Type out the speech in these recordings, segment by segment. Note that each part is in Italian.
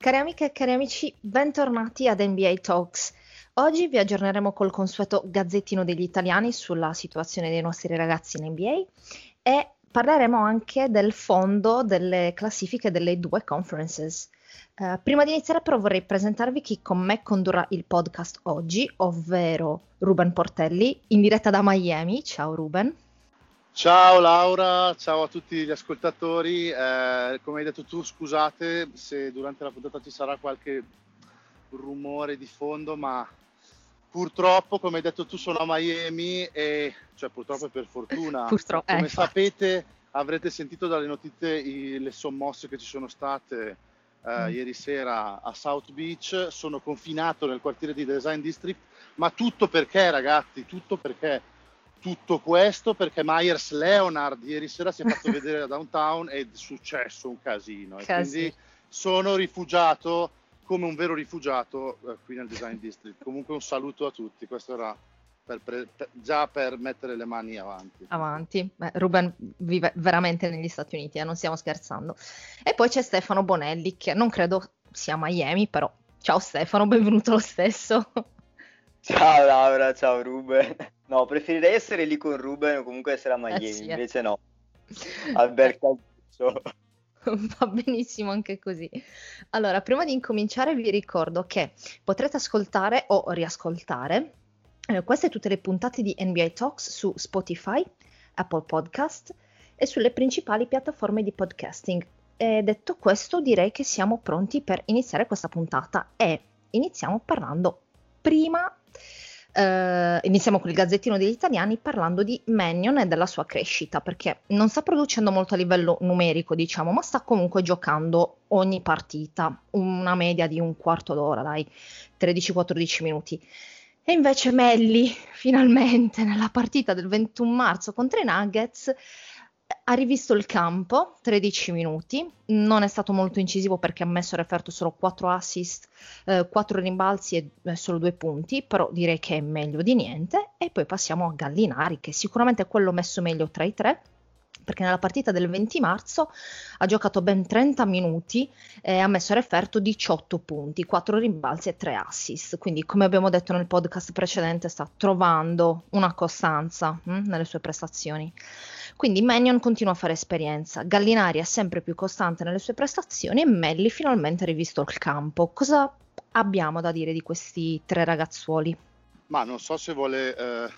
Cari amiche e cari amici, bentornati ad NBA Talks. Oggi vi aggiorneremo col consueto gazzettino degli italiani sulla situazione dei nostri ragazzi in NBA e parleremo anche del fondo delle classifiche delle due conferences. Prima di iniziare però vorrei presentarvi chi con me condurrà il podcast oggi, ovvero Ruben Portelli, in diretta da Miami. Ciao Ruben. Ciao Laura, ciao a tutti gli ascoltatori. Come hai detto tu, scusate se durante la puntata ci sarà qualche rumore di fondo, ma purtroppo, come hai detto tu, sono a Miami e, cioè purtroppo e per fortuna, Purtroppo, come infatti. sapete, avrete sentito dalle notizie le sommosse che ci sono state ieri sera a South Beach. Sono confinato nel quartiere di Design District, ma tutto perché, ragazzi, tutto questo perché Myers Leonard ieri sera si è fatto vedere da downtown ed è successo un casino. E quindi sono rifugiato come un vero rifugiato qui nel Design District. Comunque un saluto a tutti, questo era già per mettere le mani avanti. Beh, Ruben vive veramente negli Stati Uniti, non stiamo scherzando. E poi c'è Stefano Bonelli, che non credo sia a Miami, però ciao Stefano, benvenuto lo stesso. Ciao Laura, ciao Ruben. No, preferirei essere lì con Ruben o comunque essere a Miami, Sì, invece no. Al bel calduccio. Va benissimo anche così. Allora, prima di incominciare vi ricordo che potrete ascoltare o riascoltare queste e tutte le puntate di NBA Talks su Spotify, Apple Podcast e sulle principali piattaforme di podcasting. E detto questo, direi che siamo pronti per iniziare questa puntata e iniziamo parlando prima. Iniziamo con il Gazzettino degli Italiani parlando di Mannion e della sua crescita, perché non sta producendo molto a livello numerico, diciamo, ma sta comunque giocando ogni partita, una media di un quarto d'ora, dai, 13-14 minuti. E invece Melli, finalmente, nella partita del 21 marzo contro i Nuggets, ha rivisto il campo, 13 minuti, non è stato molto incisivo perché ha messo a referto solo 4 assist, 4 rimbalzi e solo 2 punti, però direi che è meglio di niente. E poi passiamo a Gallinari, che sicuramente è quello messo meglio tra i tre, perché nella partita del 20 marzo ha giocato ben 30 minuti e ha messo a referto 18 punti, 4 rimbalzi e 3 assist. Quindi, come abbiamo detto nel podcast precedente, sta trovando una costanza nelle sue prestazioni. Quindi Mannion continua a fare esperienza, Gallinari è sempre più costante nelle sue prestazioni e Melli finalmente ha rivisto il campo. Cosa abbiamo da dire di questi tre ragazzuoli? Ma non so se vuole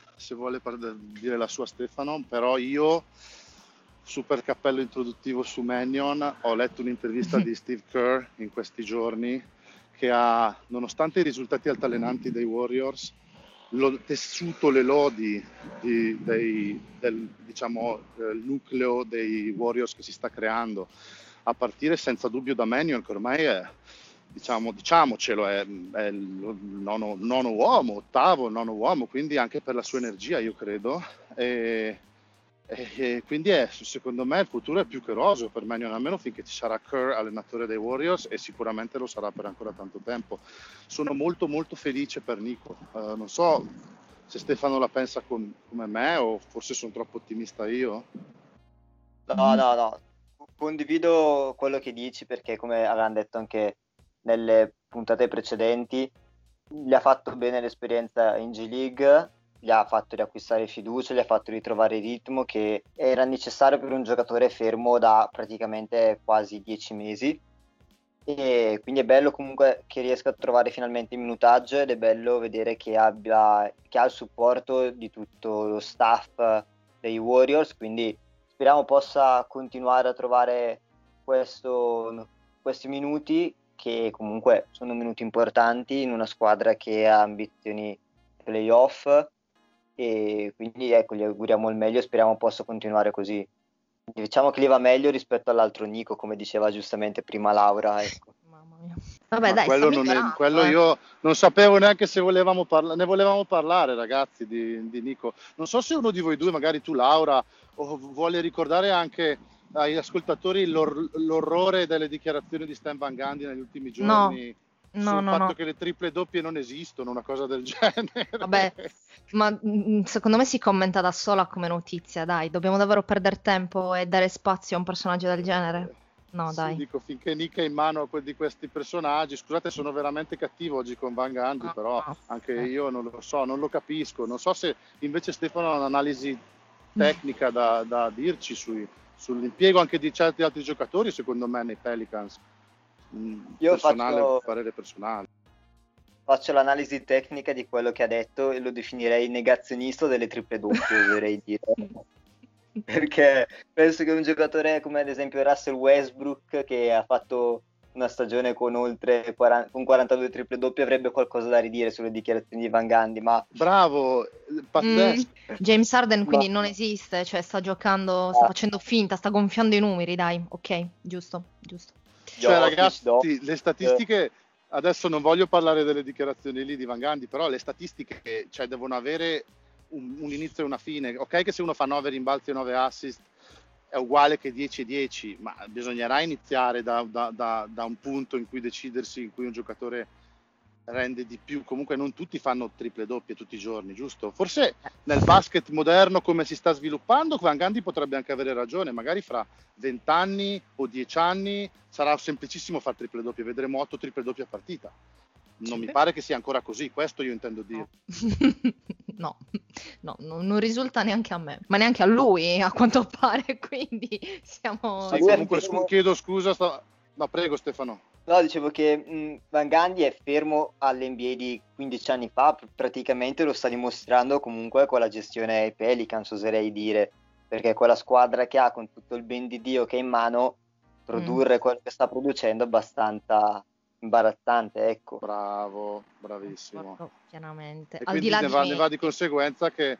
dire la sua Stefano, però io, super cappello introduttivo su Mannion, ho letto un'intervista di Steve Kerr in questi giorni che ha, nonostante i risultati altalenanti dei Warriors, tessuto le lodi del nucleo dei Warriors che si sta creando, a partire senza dubbio da Mannion, che ormai è, diciamocelo, è il nono uomo, ottavo, nono uomo, quindi anche per la sua energia, io credo. E quindi secondo me il futuro è più che roseo per Mannion, almeno finché ci sarà Kerr allenatore dei Warriors, e sicuramente lo sarà per ancora tanto tempo. Sono molto molto felice per Nico. Non so se Stefano la pensa come me o forse sono troppo ottimista io. No, condivido quello che dici, perché come avevamo detto anche nelle puntate precedenti, gli ha fatto bene l'esperienza in G League, gli ha fatto riacquistare fiducia, gli ha fatto ritrovare il ritmo che era necessario per un giocatore fermo da praticamente quasi 10 mesi. E quindi è bello comunque che riesca a trovare finalmente il minutaggio, ed è bello vedere che ha il supporto di tutto lo staff dei Warriors, quindi speriamo possa continuare a trovare questi minuti, che comunque sono minuti importanti in una squadra che ha ambizioni playoff, e quindi ecco, gli auguriamo il meglio e speriamo possa continuare così. Diciamo che gli va meglio rispetto all'altro Nico, come diceva giustamente prima Laura, ecco. Mamma mia. Vabbè, dai, quello sta migliorando, quello io non sapevo neanche se ne volevamo parlare, ragazzi, di Nico. Non so se uno di voi due, magari tu Laura, vuole ricordare anche agli ascoltatori l'orrore delle dichiarazioni di Stan Van Gundy negli ultimi giorni sul fatto che le triple doppie non esistono, una cosa del genere. Vabbè, ma secondo me si commenta da sola come notizia, dai, dobbiamo davvero perdere tempo e dare spazio a un personaggio del genere? No, Sì, dai. dico, finché Nick è in mano di questi personaggi, scusate, sono veramente cattivo oggi con Van Gundy, No, però no. anche io non lo so, non lo capisco. Non so se invece Stefano ha un'analisi tecnica da dirci sull'impiego anche di certi altri giocatori, secondo me, nei Pelicans. Io faccio, Parere personale. faccio l'analisi tecnica di quello che ha detto e lo definirei negazionista delle triple doppie, oserei dire. Perché penso che un giocatore come ad esempio Russell Westbrook, che ha fatto una stagione con oltre 40, con 42 triple doppie, avrebbe qualcosa da ridire sulle dichiarazioni di Van Gundy, ma Bravo, pazzesco. James Harden ma- quindi non esiste, cioè sta giocando, sta facendo finta, sta gonfiando i numeri, dai, ok, giusto, giusto. Cioè, Jokic, ragazzi, le statistiche, adesso non voglio parlare delle dichiarazioni lì di Van Gundy, però le statistiche, cioè, devono avere un inizio e una fine. Ok che se uno fa 9 rimbalzi e 9 assist è uguale che 10 e 10, ma bisognerà iniziare da un punto in cui decidersi, in cui un giocatore rende di più. Comunque non tutti fanno triple doppie tutti i giorni, giusto? Forse nel basket moderno come si sta sviluppando, Van Gundy potrebbe anche avere ragione, magari fra 20 anni o 10 anni sarà semplicissimo fare triple doppie, vedremo 8 triple doppie a partita. Non mi pare che sia ancora così, questo io intendo dire. No, no, non risulta neanche a me, ma neanche a lui, a quanto pare, quindi siamo... Sì, comunque chiedo scusa, no, prego Stefano. No, dicevo che Van Gundy è fermo all'NBA di 15 anni fa, praticamente lo sta dimostrando comunque con la gestione ai Pelicans, oserei dire, perché quella squadra che ha, con tutto il ben di Dio che è in mano, produrre quello che sta producendo è abbastanza imbarazzante, ecco. Bravo, bravissimo. Pienamente. E Al di quindi là ne va di conseguenza che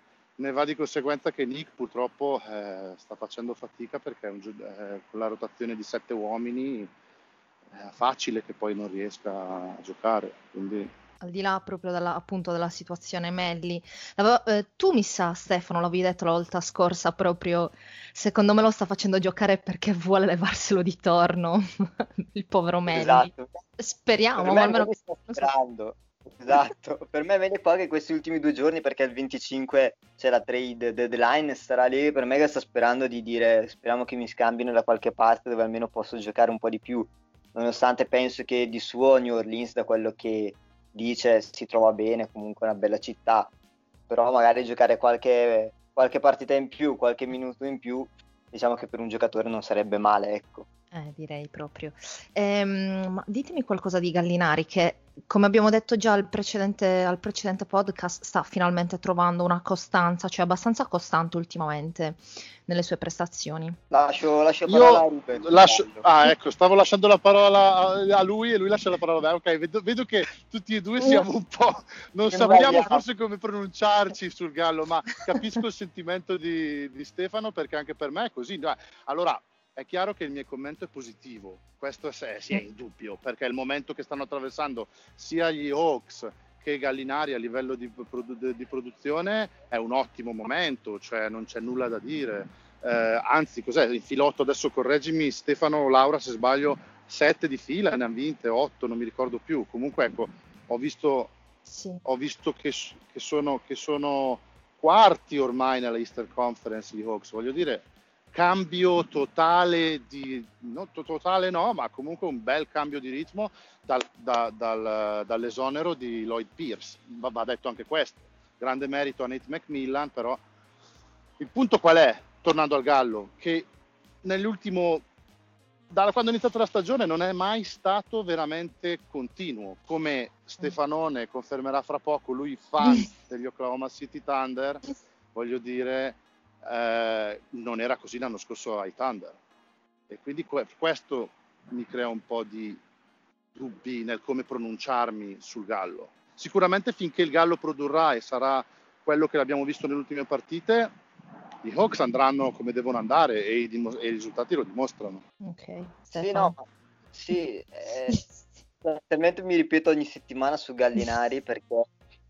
Nick purtroppo sta facendo fatica perché con la rotazione di 7 uomini è facile che poi non riesca a giocare. Quindi al di là proprio appunto della situazione Melli, tu mi sa, Stefano, l'avevi detto la volta scorsa, proprio secondo me lo sta facendo giocare perché vuole levarselo di torno, il povero Melli. Esatto. Speriamo, Per ma me almeno... Melli sta sperando. Esatto, per me è meglio qua che questi ultimi 2 giorni, perché il 25 c'è la trade deadline, sarà lì per me che sta sperando di dire speriamo che mi scambino da qualche parte dove almeno posso giocare un po' di più, nonostante penso che di suo New Orleans, da quello che dice, si trova bene, comunque è una bella città, però magari giocare qualche partita in più, qualche minuto in più, diciamo che per un giocatore non sarebbe male, ecco. Direi proprio. Ma ditemi qualcosa di Gallinari che, come abbiamo detto già al precedente podcast, sta finalmente trovando una costanza, cioè abbastanza costante ultimamente nelle sue prestazioni. Lascio la parola a Ruben. Ecco, stavo lasciando la parola a lui e lui lascia la parola a me. Ok, vedo che tutti e due siamo un po'... non sappiamo forse come pronunciarci sul Gallo, ma capisco il sentimento di Stefano, perché anche per me è così. Allora, è chiaro che il mio commento è positivo, questo si è indubbio, perché il momento che stanno attraversando sia gli Hawks che Gallinari a livello di produzione è un ottimo momento, cioè non c'è nulla da dire. Anzi, cos'è? Il filotto, adesso correggimi Stefano, Laura se sbaglio, 7 di fila, ne hanno vinte 8, non mi ricordo più. Comunque ecco, ho visto che sono quarti ormai nella Eastern Conference gli Hawks, voglio dire, cambio totale ma comunque un bel cambio di ritmo dall'esonero di Lloyd Pierce, va detto anche questo, grande merito a Nate McMillan. Però il punto qual è, tornando al Gallo, che nell'ultimo, da quando è iniziata la stagione, non è mai stato veramente continuo, come Stefanone confermerà fra poco, lui fan degli Oklahoma City Thunder, voglio dire, non era così l'anno scorso ai Thunder, e quindi questo mi crea un po' di dubbi nel come pronunciarmi sul Gallo. Sicuramente finché il Gallo produrrà e sarà quello che abbiamo visto nelle ultime partite, gli Hawks andranno come devono andare e i risultati lo dimostrano. Ok, sì, no, sì, talmente mi ripeto ogni settimana su Gallinari, perché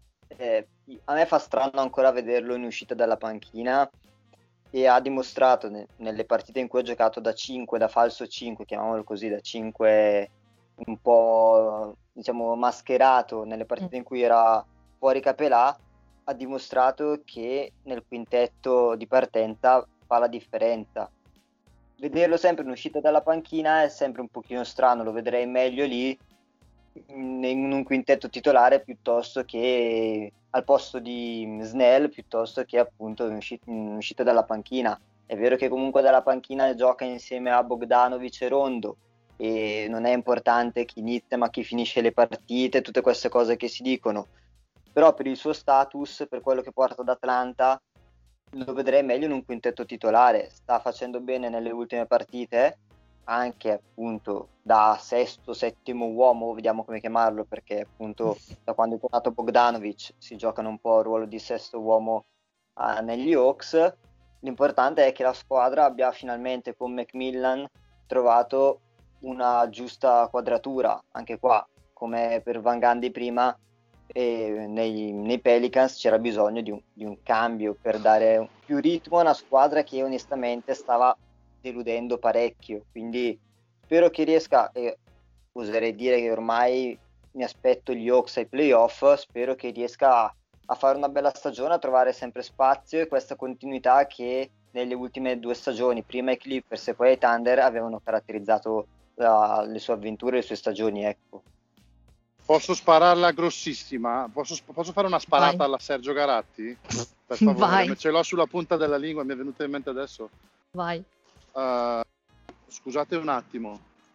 a me fa strano ancora vederlo in uscita dalla panchina, e ha dimostrato nelle partite in cui ha giocato da 5, da falso 5, chiamiamolo così, da 5 un po' diciamo mascherato, nelle partite in cui era fuori capelà, ha dimostrato che nel quintetto di partenza fa la differenza. vederlo sempre in uscita dalla panchina è sempre un pochino strano, lo vedrei meglio lì in un quintetto titolare piuttosto che al posto di Snell, piuttosto che appunto in uscita dalla panchina. È vero che comunque dalla panchina gioca insieme a Bogdanovic e Rondo e non è importante chi inizia ma chi finisce le partite, tutte queste cose che si dicono, però per il suo status, per quello che porta ad Atlanta, lo vedrei meglio in un quintetto titolare. Sta facendo bene nelle ultime partite, anche appunto da sesto, settimo uomo, vediamo come chiamarlo, perché appunto da quando è tornato Bogdanovic si giocano un po' il ruolo di sesto uomo negli Hawks. L'importante è che la squadra abbia finalmente con McMillan trovato una giusta quadratura, anche qua come per Van Gundy prima, e nei Pelicans c'era bisogno di un cambio per dare più ritmo a una squadra che onestamente stava deludendo parecchio, quindi spero che riesca, e oserei dire che ormai mi aspetto gli Hawks ai playoff, spero che riesca a fare una bella stagione, a trovare sempre spazio e questa continuità che nelle ultime 2 stagioni, prima i Clippers e poi i Thunder, avevano caratterizzato le sue avventure, le sue stagioni, ecco. Posso spararla grossissima? Posso fare una sparata Vai. alla Sergio Garatti? Per favore, Vai. ce l'ho sulla punta della lingua, mi è venuta in mente adesso. Vai. Scusate un attimo.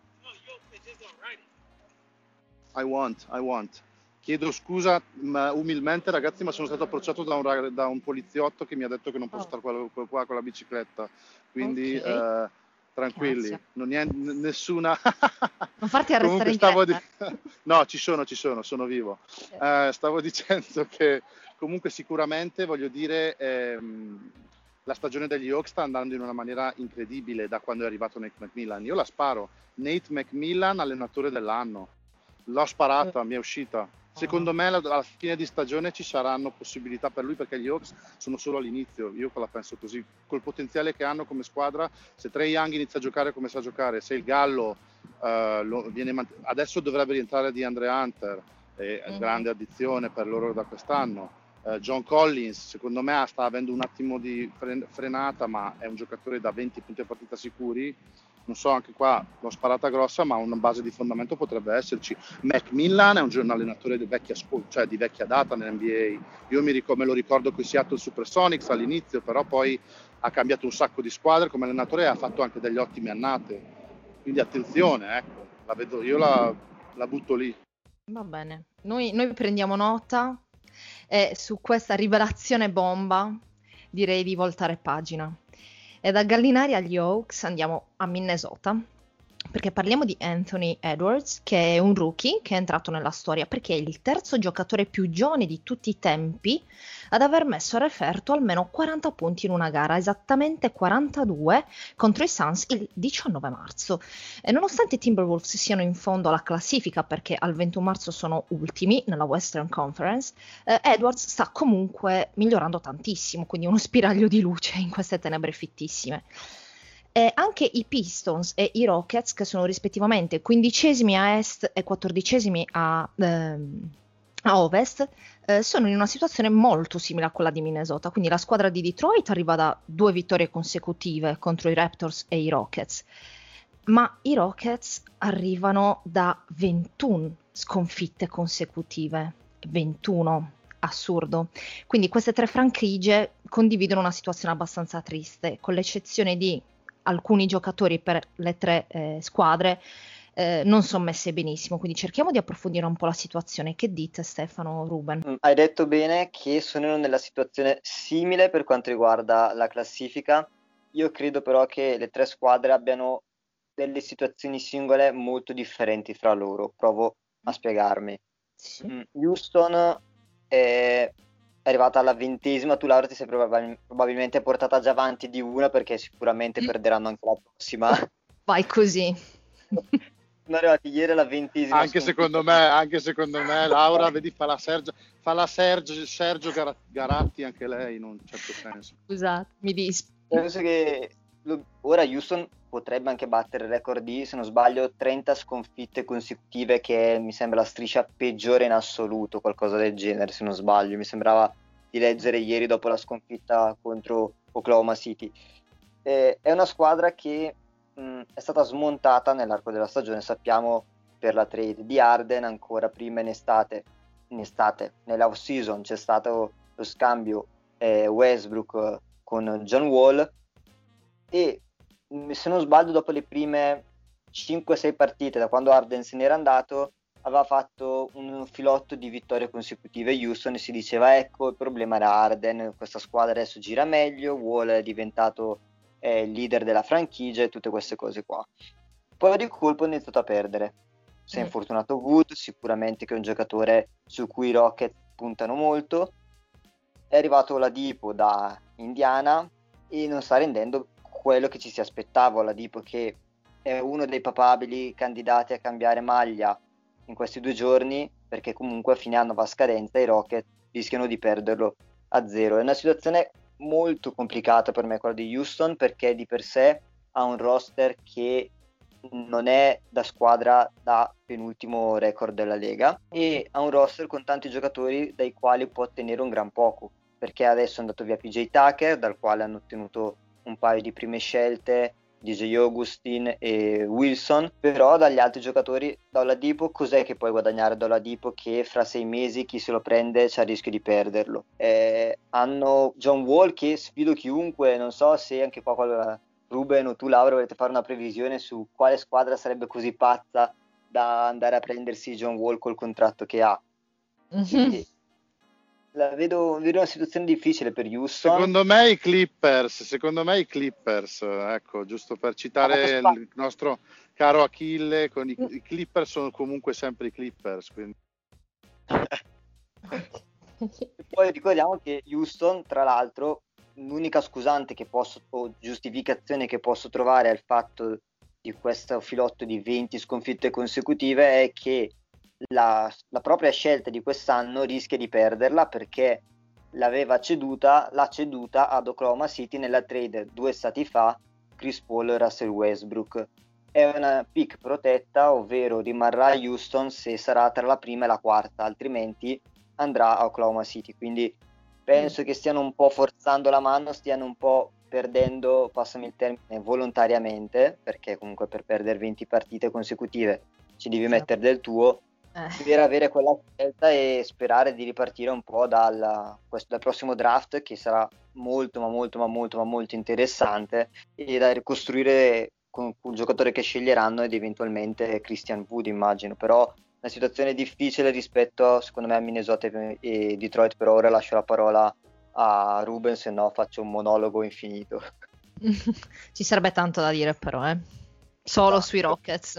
I want. Chiedo scusa umilmente, ragazzi, ma sono stato approcciato da un poliziotto che mi ha detto che non posso stare qua con la bicicletta. Quindi Ok. tranquilli, Grazie. non è nessuna. Non farti arrestare in Comunque diretta. No, ci sono vivo. Stavo dicendo che comunque sicuramente, voglio dire, la stagione degli Hawks sta andando in una maniera incredibile da quando è arrivato Nate McMillan. Io la sparo. Nate McMillan, allenatore dell'anno. L'ho sparata, mi è uscita. Secondo me alla fine di stagione ci saranno possibilità per lui, perché gli Hawks sono solo all'inizio, io la penso così, col potenziale che hanno come squadra. Se Trae Young inizia a giocare come sa giocare, se il Gallo adesso dovrebbe rientrare di Andre Hunter, grande addizione per loro da quest'anno. John Collins secondo me sta avendo un attimo di frenata, ma è un giocatore da 20 punti a partita sicuri. Non so, anche qua l'ho sparata grossa, ma una base di fondamento potrebbe esserci. McMillan è un allenatore di vecchia data nell'NBA. Io me lo ricordo con i Seattle Supersonics all'inizio, però poi ha cambiato un sacco di squadre come allenatore e ha fatto anche delle ottime annate. Quindi attenzione, ecco, io la butto lì. Va bene, noi prendiamo nota e su questa rivelazione bomba direi di voltare pagina. E da Gallinari agli Hawks andiamo a Minnesota, perché parliamo di Anthony Edwards, che è un rookie che è entrato nella storia perché è il terzo giocatore più giovane di tutti i tempi ad aver messo a referto almeno 40 punti in una gara, esattamente 42 contro i Suns il 19 marzo. E nonostante i Timberwolves siano in fondo alla classifica perché al 21 marzo sono ultimi nella Western Conference, Edwards sta comunque migliorando tantissimo, quindi uno spiraglio di luce in queste tenebre fittissime. E anche i Pistons e i Rockets, che sono rispettivamente 15esimi a est e 14esimi a ovest, sono in una situazione molto simile a quella di Minnesota. Quindi la squadra di Detroit arriva da 2 vittorie consecutive contro i Raptors e i Rockets, ma i Rockets arrivano da 21 sconfitte consecutive. 21, assurdo. Quindi queste 3 franchigie condividono una situazione abbastanza triste, con l'eccezione di alcuni giocatori per le 3 squadre non sono messe benissimo, quindi cerchiamo di approfondire un po' la situazione. Che dite, Stefano, Ruben? Hai detto bene che sono nella situazione simile per quanto riguarda la classifica. Io credo però che le 3 squadre abbiano delle situazioni singole molto differenti fra loro. Provo a spiegarmi. Sì. Houston è arrivata alla 20ª, tu Laura ti sei probabilmente portata già avanti di una perché sicuramente perderanno anche la prossima. Vai così. Sono arrivati ieri alla 20ª. Anche secondo me, Laura, vedi, fa la Sergio Garatti anche lei in un certo senso. Scusate, mi dispiace. Penso che ora Houston potrebbe anche battere il record di, se non sbaglio, 30 sconfitte consecutive, che mi sembra la striscia peggiore in assoluto, qualcosa del genere, se non sbaglio. Mi sembrava di leggere ieri dopo la sconfitta contro Oklahoma City. È una squadra che è stata smontata nell'arco della stagione, sappiamo, per la trade di Harden. Ancora prima in estate, nell'off season c'è stato lo scambio Westbrook con John Wall, e se non sbaglio dopo le prime 5-6 partite da quando Harden se n'era andato aveva fatto un filotto di vittorie consecutive Houston, e si diceva ecco, il problema era Harden, questa squadra adesso gira meglio, Wall è diventato il leader della franchigia e tutte queste cose qua. Poi di colpo ha iniziato a perdere, si è infortunato Wood, sicuramente che è un giocatore su cui i Rockets puntano molto, è arrivato Oladipo da Indiana e non sta rendendo quello che ci si aspettava. Oladipo, che è uno dei papabili candidati a cambiare maglia in questi 2 giorni, perché comunque a fine anno va a scadenza e i Rockets rischiano di perderlo a zero. È una situazione molto complicata per me quella di Houston, perché di per sé ha un roster che non è da squadra da penultimo record della Lega, e ha un roster con tanti giocatori dai quali può ottenere un gran poco, perché adesso è andato via PJ Tucker, dal quale hanno ottenuto un paio di prime scelte, DJ Augustin e Wilson, però dagli altri giocatori, da Oladipo, cos'è che puoi guadagnare da Oladipo che fra 6 mesi chi se lo prende c'ha il rischio di perderlo? Hanno John Wall, che sfido chiunque, non so se anche qua Ruben o tu Laura volete fare una previsione su quale squadra sarebbe così pazza da andare a prendersi John Wall col contratto che ha. Quindi vedo una situazione difficile per Houston. Secondo me i Clippers, ecco, giusto per citare il nostro caro Achille, con i Clippers sono comunque sempre i Clippers, quindi. Poi ricordiamo che Houston, tra l'altro, l'unica scusante o giustificazione che posso trovare al fatto di questo filotto di 20 sconfitte consecutive è che la propria scelta di quest'anno rischia di perderla, perché l'ha ceduta ad Oklahoma City nella trade 2 stati fa, Chris Paul e Russell Westbrook. È una pick protetta, ovvero rimarrà a Houston se sarà tra la prima e la quarta, altrimenti andrà a Oklahoma City. Quindi penso che stiano un po' forzando la mano, stiano un po' perdendo, passami il termine, volontariamente, perché comunque per perdere 20 partite consecutive ci devi mettere del tuo, per avere quella scelta e sperare di ripartire un po' dal prossimo draft, che sarà molto interessante, e da ricostruire con un giocatore che sceglieranno ed eventualmente Christian Wood, immagino. Però una situazione difficile rispetto secondo me a Minnesota e Detroit. Per ora lascio la parola a Ruben, se no faccio un monologo infinito. Ci sarebbe tanto da dire però, solo sui Rockets.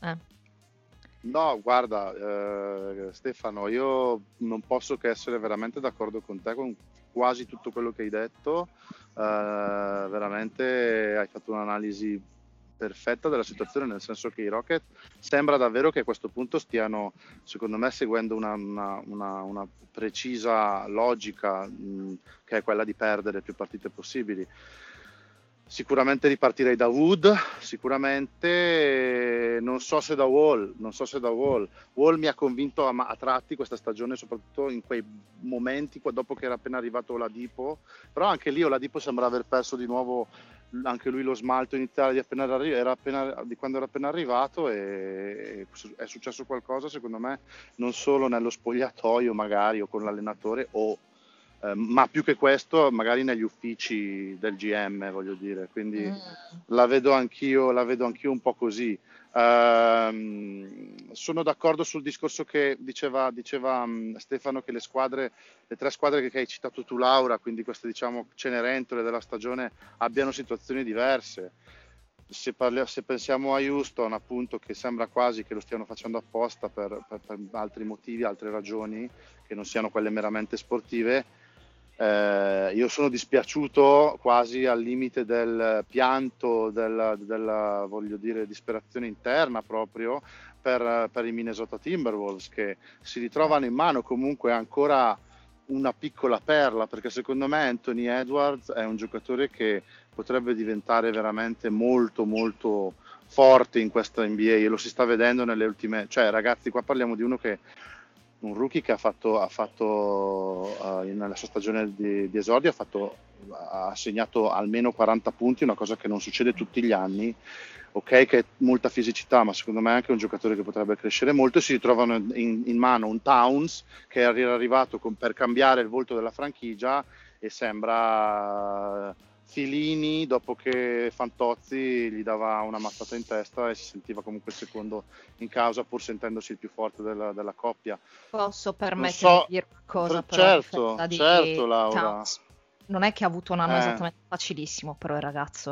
No, guarda, Stefano, io non posso che essere veramente d'accordo con te con quasi tutto quello che hai detto. Veramente hai fatto un'analisi perfetta della situazione, nel senso che i Rocket sembra davvero che a questo punto stiano, secondo me, seguendo una precisa logica, che è quella di perdere più partite possibili. Sicuramente ripartirei da Wood, sicuramente non so se da Wall. Wall mi ha convinto a tratti questa stagione, soprattutto in quei momenti dopo che era appena arrivato Oladipo, però anche lì Oladipo sembra aver perso di nuovo anche lui lo smalto iniziale di quando era appena arrivato, e è successo qualcosa secondo me non solo nello spogliatoio magari o con l'allenatore ma più che questo magari negli uffici del GM, voglio dire, quindi la vedo anch'io un po' così. Sono d'accordo sul discorso che diceva Stefano, che le 3 squadre che hai citato tu, Laura, quindi queste diciamo cenerentole della stagione, abbiano situazioni diverse. Se pensiamo a Houston, appunto, che sembra quasi che lo stiano facendo apposta per altri motivi, altre ragioni che non siano quelle meramente sportive, io sono dispiaciuto quasi al limite del pianto, della voglio dire disperazione interna proprio per i Minnesota Timberwolves, che si ritrovano in mano comunque ancora una piccola perla, perché secondo me Anthony Edwards è un giocatore che potrebbe diventare veramente molto molto forte in questa NBA, e lo si sta vedendo nelle ultime, cioè ragazzi, qua parliamo di uno che un rookie che nella sua stagione di esordio ha segnato almeno 40 punti, una cosa che non succede tutti gli anni. Ok, che è molta fisicità, ma secondo me è anche un giocatore che potrebbe crescere molto. E si ritrovano in mano un Towns che era arrivato per cambiare il volto della franchigia e sembra Filini dopo che Fantozzi gli dava una mazzata in testa e si sentiva comunque il secondo in causa, pur sentendosi il più forte della coppia. Posso Non permettermi di so, dire una cosa, però, a certo, difesa di certo, Laura. Towns. Non è che ha avuto un anno Eh, esattamente facilissimo, però il ragazzo,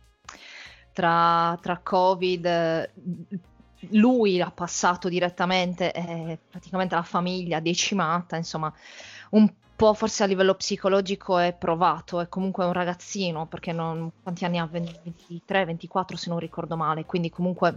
tra Covid, lui ha passato direttamente, praticamente la famiglia decimata, insomma, un po' forse a livello psicologico è provato, è comunque un ragazzino, perché quanti anni ha? 23, 24 se non ricordo male, quindi comunque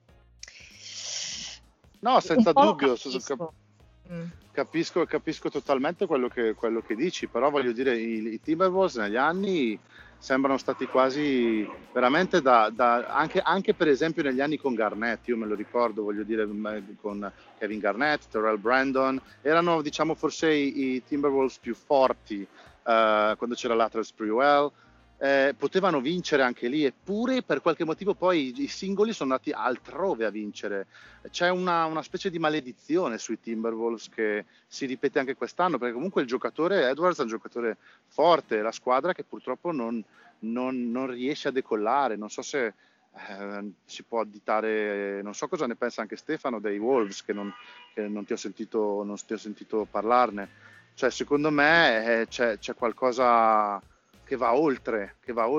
no, un senza po' lo dubbio. capisco. Capisco totalmente quello che dici, però voglio dire, i Timberwolves negli anni sembrano stati quasi veramente anche per esempio negli anni con Garnett, io me lo ricordo, voglio dire, con Kevin Garnett, Terrell Brandon, erano diciamo forse i Timberwolves più forti, quando c'era Latrell Sprewell. Potevano vincere anche lì, eppure per qualche motivo poi i singoli sono andati altrove a vincere. C'è una specie di maledizione sui Timberwolves che si ripete anche quest'anno, perché comunque il giocatore Edwards è un giocatore forte, la squadra che purtroppo non riesce a decollare. Non so se si può additare, non so cosa ne pensa anche Stefano dei Wolves, che non ti ho sentito parlarne. Cioè, secondo me c'è qualcosa che va oltre,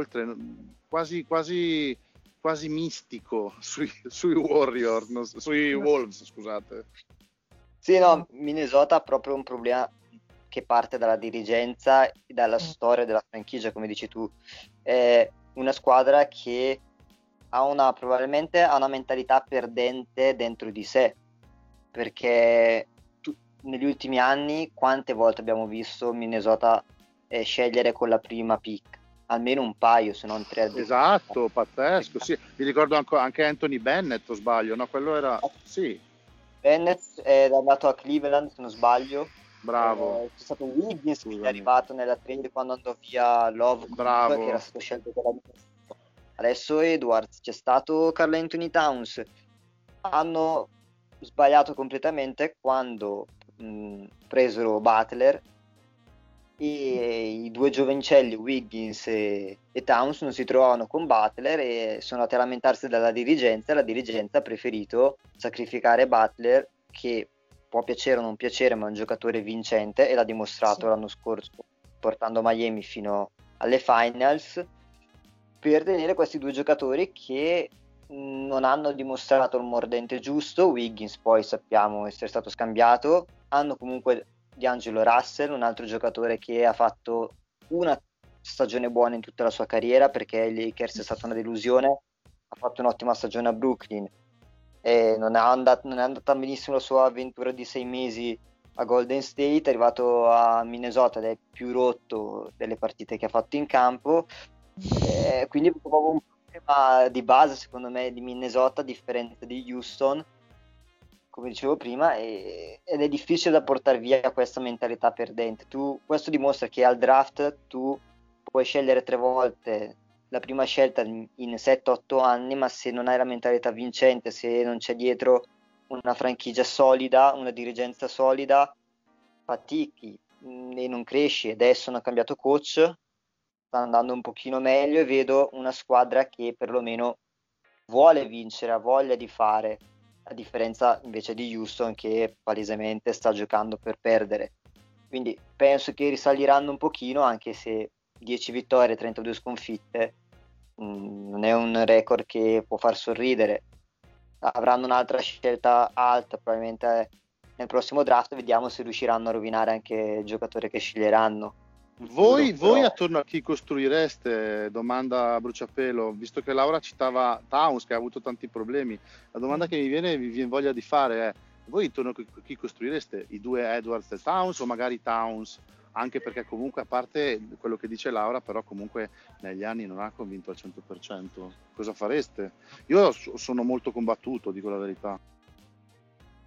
quasi mistico sui Warriors, sui Wolves, scusate. Sì, no, Minnesota ha proprio un problema che parte dalla dirigenza e dalla storia della franchigia, come dici tu. È una squadra che probabilmente ha una mentalità perdente dentro di sé, perché negli ultimi anni quante volte abbiamo visto Minnesota scegliere con la prima pick? Almeno un paio, se non tre. Esatto, pazzesco, sì. Mi ricordo anche Anthony Bennett, o sbaglio, no? Quello era, sì. Bennett è andato a Cleveland, se non sbaglio. Bravo. C'è stato Wiggins che è arrivato nella trade quando andò via Love, Bravo. che era stato scelto per la difesa. Adesso Edwards, c'è stato Karl Anthony Towns. Hanno sbagliato completamente quando presero Butler e i due giovincelli Wiggins e Towns non si trovavano con Butler e sono andati a lamentarsi dalla dirigenza. La dirigenza ha preferito sacrificare Butler, che può piacere o non piacere, ma è un giocatore vincente e l'ha dimostrato l'anno scorso portando Miami fino alle finals, per tenere questi due giocatori che non hanno dimostrato il mordente giusto. Wiggins poi sappiamo essere stato scambiato, hanno comunque D'Angelo Russell, un altro giocatore che ha fatto una stagione buona in tutta la sua carriera, perché i Lakers è stata una delusione, ha fatto un'ottima stagione a Brooklyn e non è andata benissimo la sua avventura di 6 mesi a Golden State, è arrivato a Minnesota ed è più rotto delle partite che ha fatto in campo, quindi è proprio un problema di base secondo me di Minnesota, a differenza di Houston, come dicevo prima, ed è difficile da portare via questa mentalità perdente. Questo dimostra che al draft tu puoi scegliere 3 volte la prima scelta in 7-8 anni, ma se non hai la mentalità vincente, se non c'è dietro una franchigia solida, una dirigenza solida, fatichi e non cresci. Adesso hanno cambiato coach, sta andando un pochino meglio e vedo una squadra che perlomeno vuole vincere, ha voglia di fare, a differenza invece di Houston che palesemente sta giocando per perdere. Quindi penso che risaliranno un pochino, anche se 10 vittorie e 32 sconfitte non è un record che può far sorridere. Avranno un'altra scelta alta probabilmente nel prossimo draft, vediamo se riusciranno a rovinare anche il giocatore che sceglieranno. Voi attorno a chi costruireste? Domanda a bruciapelo, visto che Laura citava Towns che ha avuto tanti problemi, la domanda che mi viene voglia di fare è: voi intorno a chi costruireste? I due Edwards e Towns, o magari Towns? Anche perché comunque, a parte quello che dice Laura, però comunque negli anni non ha convinto al 100%. Cosa fareste? Io sono molto combattuto, dico la verità.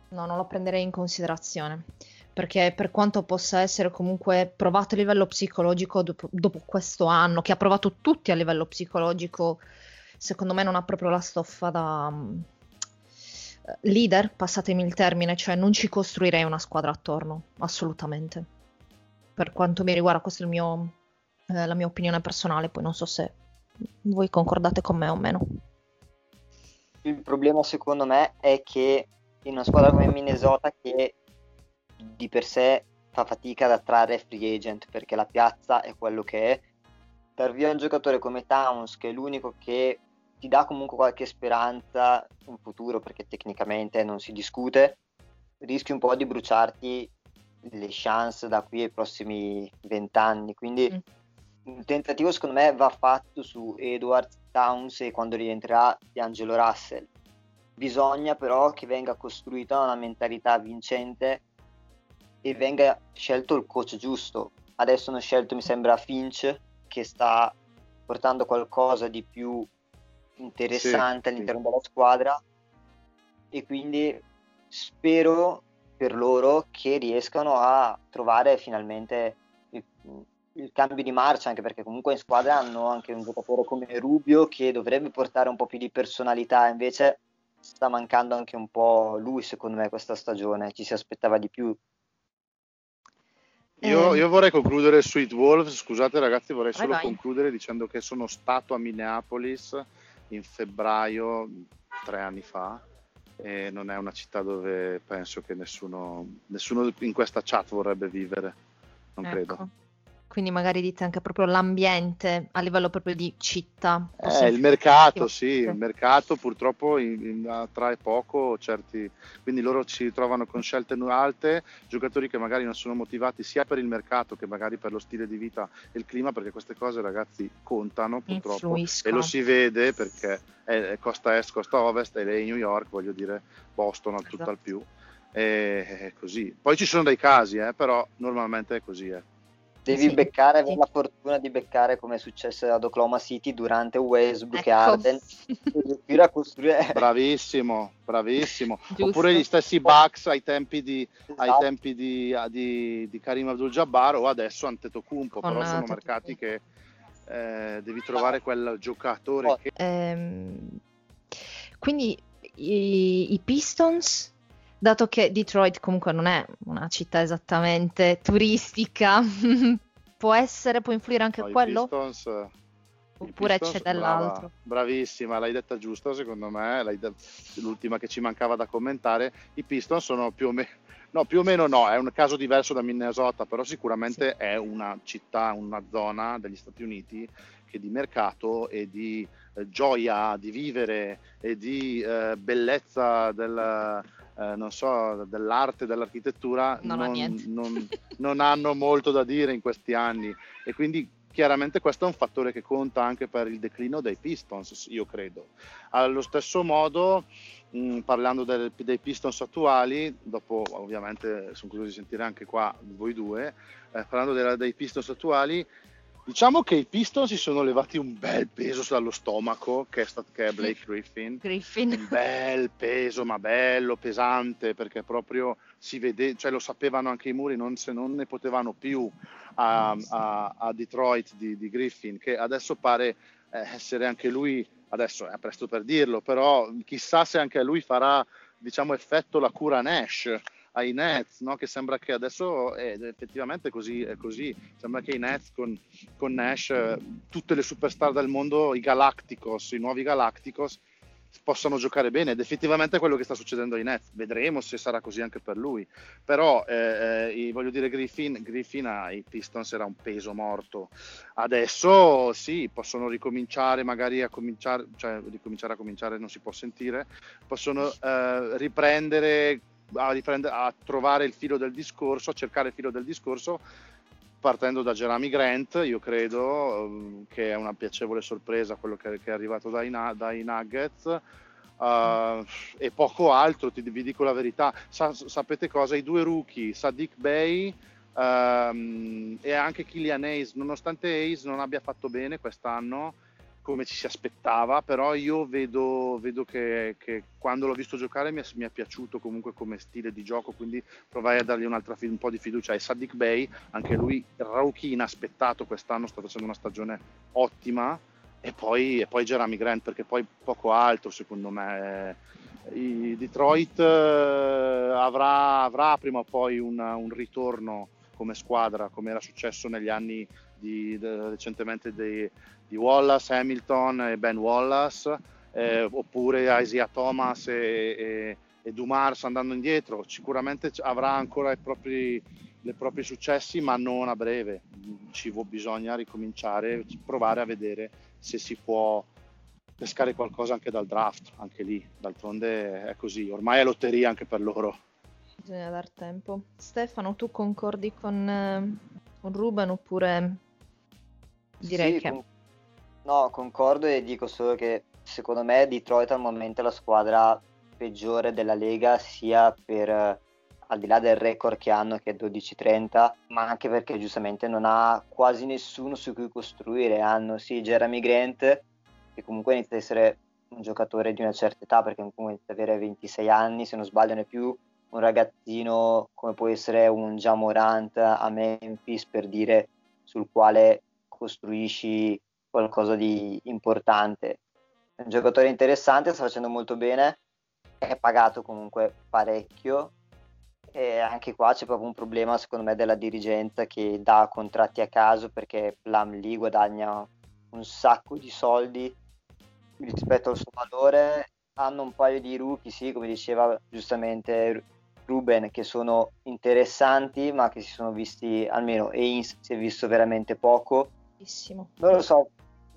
No, non lo prenderei in considerazione, perché per quanto possa essere comunque provato a livello psicologico dopo questo anno, che ha provato tutti a livello psicologico, secondo me non ha proprio la stoffa da leader, passatemi il termine, cioè non ci costruirei una squadra attorno, assolutamente. Per quanto mi riguarda, questa è la mia opinione personale, poi non so se voi concordate con me o meno. Il problema secondo me è che in una squadra come Minnesota, che di per sé fa fatica ad attrarre free agent perché la piazza è quello che è, dar via un giocatore come Towns, che è l'unico che ti dà comunque qualche speranza in futuro, perché tecnicamente non si discute, rischi un po' di bruciarti le chance da qui ai prossimi 20 anni. Quindi un tentativo secondo me va fatto su Edwards, Towns e quando rientrerà D'Angelo Russell. Bisogna però che venga costruita una mentalità vincente e venga scelto il coach giusto. Adesso hanno scelto, mi sembra, Finch, che sta portando qualcosa di più interessante all'interno della squadra, e quindi spero per loro che riescano a trovare finalmente il cambio di marcia, anche perché comunque in squadra hanno anche un giocatore come Rubio che dovrebbe portare un po' più di personalità, invece sta mancando anche un po' lui, secondo me, questa stagione, ci si aspettava di più. Io vorrei concludere Sweet Wolves, scusate ragazzi, vorrei Vai, solo vai. concludere dicendo che sono stato a Minneapolis in febbraio 3 anni fa e non è una città dove penso che nessuno in questa chat vorrebbe vivere, non credo. Ecco. Quindi magari dite anche proprio l'ambiente a livello proprio di città. Il mercato, sì, il mercato purtroppo attrae poco certi, quindi loro ci trovano con scelte alte, giocatori che magari non sono motivati sia per il mercato che magari per lo stile di vita e il clima, perché queste cose ragazzi contano purtroppo e Influiscono. lo si vede perché è costa est, costa ovest e lei New York, voglio dire Boston al tutto al più, e così. Poi ci sono dei casi, però normalmente è così. Devi Sì, beccare, sì. avere la fortuna di beccare come è successo ad Oklahoma City durante Westbrook e Ecco. Harden, e riuscire a costruire. Bravissimo, bravissimo. Giusto. Oppure gli stessi Bucks ai tempi Esatto. di Karim Abdul-Jabbar o adesso Antetokounmpo, Con però sono Antetokounmpo. mercati che devi trovare quel giocatore che... Quindi i Pistons, dato che Detroit comunque non è una città esattamente turistica, può influire anche No, quello? I Oppure Pistons, c'è dell'altro? bravissima, l'hai detta giusta secondo me, l'ultima che ci mancava da commentare. I Pistons sono più o meno no, è un caso diverso da Minnesota, però sicuramente Sì. è una città, una zona degli Stati Uniti che di mercato e di gioia di vivere e di bellezza non so, dell'arte, dell'architettura Non ha niente. non hanno molto da dire in questi anni e quindi chiaramente questo è un fattore che conta anche per il declino dei Pistons, io credo. Allo stesso modo, parlando dei Pistons attuali, dopo ovviamente sono curioso di sentire anche qua voi due, parlando dei Pistons attuali, diciamo che i Pistons si sono levati un bel peso dallo stomaco, che è Blake Griffin. Un bel peso, ma bello, pesante, perché proprio si vede, cioè lo sapevano anche i muri, non ne potevano più a Detroit di Griffin, che adesso pare essere anche lui, adesso è presto per dirlo, però chissà se anche a lui farà, diciamo, effetto la cura Nash ai Nets, no? Che sembra che adesso effettivamente è così, sembra che i Nets con Nash, tutte le superstar del mondo, i nuovi Galacticos, possano giocare bene ed effettivamente è quello che sta succedendo ai Nets. Vedremo se sarà così anche per lui, però voglio dire Griffin ai Pistons era un peso morto. Adesso sì, possono ricominciare magari a cominciare non si può sentire, possono riprendere a trovare il filo del discorso, a cercare il filo del discorso partendo da Jeremy Grant, io credo che è una piacevole sorpresa quello che è arrivato dai Nuggets, e poco altro, vi dico la verità. Sapete cosa? I due rookie, Saddiq Bey e anche Killian Hayes, nonostante Hayes non abbia fatto bene quest'anno, come ci si aspettava, però io vedo che quando l'ho visto giocare mi è piaciuto comunque come stile di gioco, quindi provai a dargli un po' di fiducia. E Saddiq Bey, anche lui rookie inaspettato quest'anno, sta facendo una stagione ottima, e poi Jeremy Grant, perché poi poco altro secondo me. I Detroit avrà prima o poi un ritorno come squadra, come era successo negli anni recentemente di Wallace, Hamilton e Ben Wallace, oppure Isaiah Thomas e Dumars andando indietro. Sicuramente avrà ancora i propri successi, ma non a breve. Bisogna ricominciare, provare a vedere se si può pescare qualcosa anche dal draft, anche lì, d'altronde è così, ormai è lotteria anche per loro. Bisogna dar tempo. Stefano, tu concordi con Ruben oppure direi Sì, che... No, concordo e dico solo che secondo me Detroit al momento è la squadra peggiore della Lega, sia per al di là del record che hanno, che è 12-30, ma anche perché giustamente non ha quasi nessuno su cui costruire. Hanno sì Jeremy Grant, che comunque inizia ad essere un giocatore di una certa età, perché comunque inizia ad avere 26 anni, se non sbaglio, non è più un ragazzino come può essere un Ja Morant a Memphis, per dire, sul quale costruisci qualcosa di importante. È un giocatore interessante, sta facendo molto bene, è pagato comunque parecchio, e anche qua c'è proprio un problema secondo me della dirigenza, che dà contratti a caso, perché Plumlee guadagna un sacco di soldi rispetto al suo valore. Hanno un paio di rookie, sì, come diceva giustamente Ruben, che sono interessanti, ma che si sono visti, almeno Haynes si è visto veramente poco. Bellissimo. Non lo so,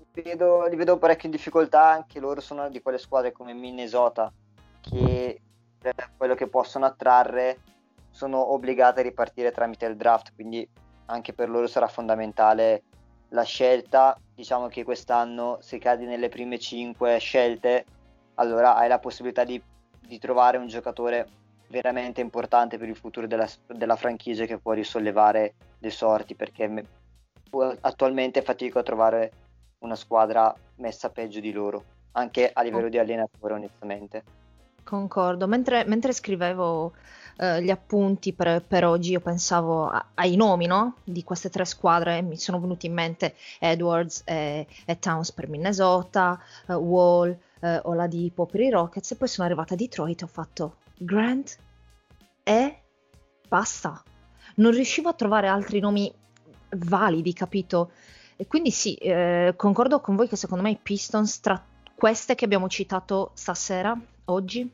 li vedo parecchio in difficoltà. Anche loro sono di quelle squadre come Minnesota che per quello che possono attrarre sono obbligate a ripartire tramite il draft, quindi anche per loro sarà fondamentale la scelta. Diciamo che quest'anno, se cadi nelle prime 5 scelte, allora hai la possibilità di trovare un giocatore veramente importante per il futuro della franchigia, che può risollevare le sorti, perché attualmente fatico a trovare una squadra messa peggio di loro, anche a livello di allenatore, onestamente. Concordo. Mentre scrivevo gli appunti per oggi, io pensavo ai nomi, no? Di queste tre squadre. Mi sono venuti in mente Edwards e Towns per Minnesota, Wall, Oladipo per i Rockets, e poi sono arrivata a Detroit e ho fatto Grant e basta. Non riuscivo a trovare altri nomi validi, capito? E quindi sì, concordo con voi che secondo me i Pistons, tra queste che abbiamo citato stasera, oggi,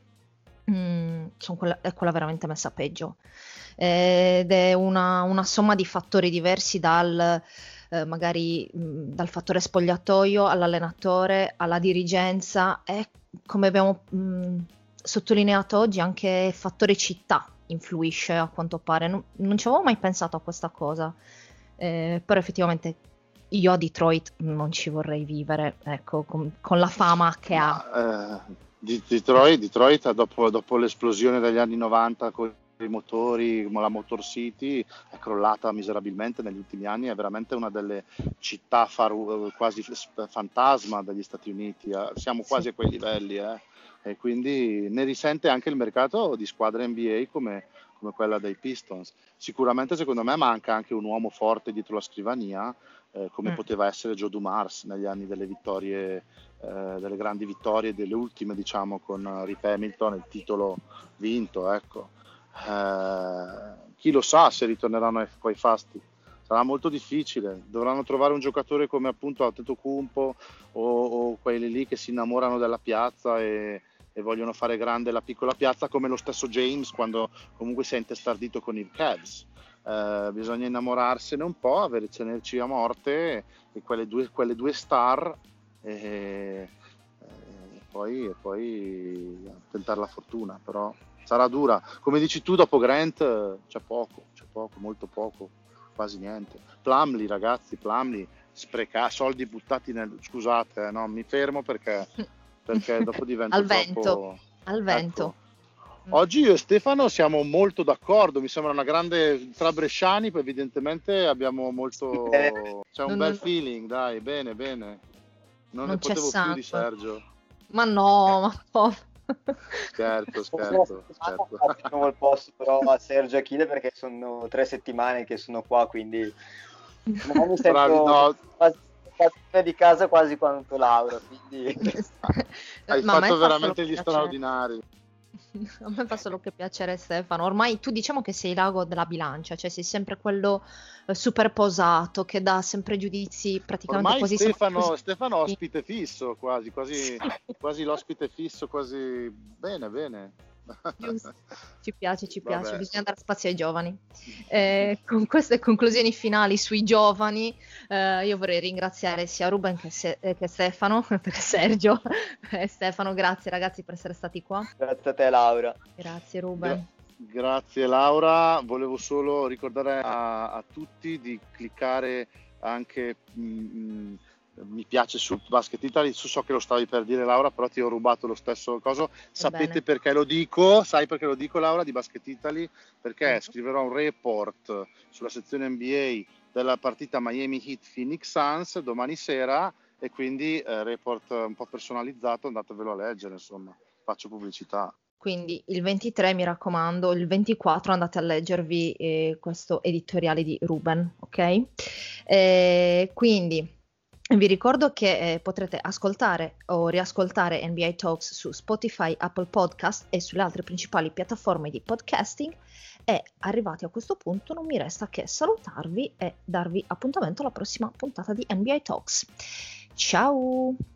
è quella veramente messa peggio, ed è una somma di fattori diversi, magari dal fattore spogliatoio all'allenatore, alla dirigenza, e come abbiamo sottolineato oggi anche il fattore città influisce, a quanto pare. Non ci avevo mai pensato a questa cosa, però effettivamente io a Detroit non ci vorrei vivere, ecco, con la fama che ha. Detroit dopo l'esplosione degli anni 90 con i motori, come la Motor City, è crollata miserabilmente negli ultimi anni. È veramente una delle città quasi fantasma degli Stati Uniti. Siamo quasi a quei livelli, e quindi ne risente anche il mercato di squadre NBA come quella dei Pistons. Sicuramente secondo me manca anche un uomo forte dietro la scrivania, come poteva essere Joe Dumars negli anni delle vittorie, delle grandi vittorie, delle ultime, diciamo, con Rip Hamilton, il titolo vinto, ecco. Chi lo sa se ritorneranno ai quei fasti. Sarà molto difficile, dovranno trovare un giocatore come appunto Antetokounmpo o quelli lì che si innamorano della piazza e vogliono fare grande la piccola piazza, come lo stesso James quando comunque si è intestardito con i Cavs. Bisogna innamorarsene un po', tenerci a morte, e quelle due star, e poi tentare la fortuna. Però sarà dura, come dici tu. Dopo Grant c'è poco, molto poco, quasi niente. Plumlee, ragazzi, spreca soldi buttati scusate, no, mi fermo perché dopo diventa al troppo... al vento. Ecco. Oggi io e Stefano siamo molto d'accordo, mi sembra una grande tra bresciani, poi evidentemente abbiamo molto... c'è un bel feeling, dai, bene. Non Non ne c'è potevo più di sangue. Sergio. Ma no, ma no. Scherzo, Una scherzo, settimana scherzo. facciamo il posto però a Sergio Achille perché sono 3 settimane che sono qua, quindi no, mi Bravi, sento no, quasi di casa quasi quanto Laura, quindi hai Ma a me fatto fa solo veramente gli piacere. straordinari. A me fa solo che piacere Stefano. Ormai tu diciamo che sei l'ago della bilancia, cioè sei sempre quello super posato che dà sempre giudizi praticamente Ormai quasi sempre Stefano positivi. ospite fisso, quasi, Sì. quasi l'ospite fisso, quasi bene, bene. Giusto. Ci piace, Vabbè. bisogna dare spazio ai giovani. Con queste conclusioni finali sui giovani, io vorrei ringraziare sia Ruben che Stefano, per Sergio e Stefano, grazie ragazzi per essere stati qua. grazie a te Laura. Grazie Gra- Ruben. Grazie Laura, volevo solo ricordare a tutti di cliccare anche mi piace su Basket Italy, so che lo stavi per dire Laura, però ti ho rubato lo stesso coso. Sapete Ebbene. perché lo dico? Sai perché lo dico Laura di Basket Italy? Perché No. scriverò un report sulla sezione NBA della partita Miami Heat Phoenix Suns domani sera e quindi report un po' personalizzato, andatevelo a leggere, insomma, faccio pubblicità. Quindi il 23, mi raccomando, il 24 andate a leggervi questo editoriale di Ruben, ok? Quindi vi ricordo che potrete ascoltare o riascoltare NBA Talks su Spotify, Apple Podcast e sulle altre principali piattaforme di podcasting e arrivati a questo punto non mi resta che salutarvi e darvi appuntamento alla prossima puntata di NBA Talks. Ciao!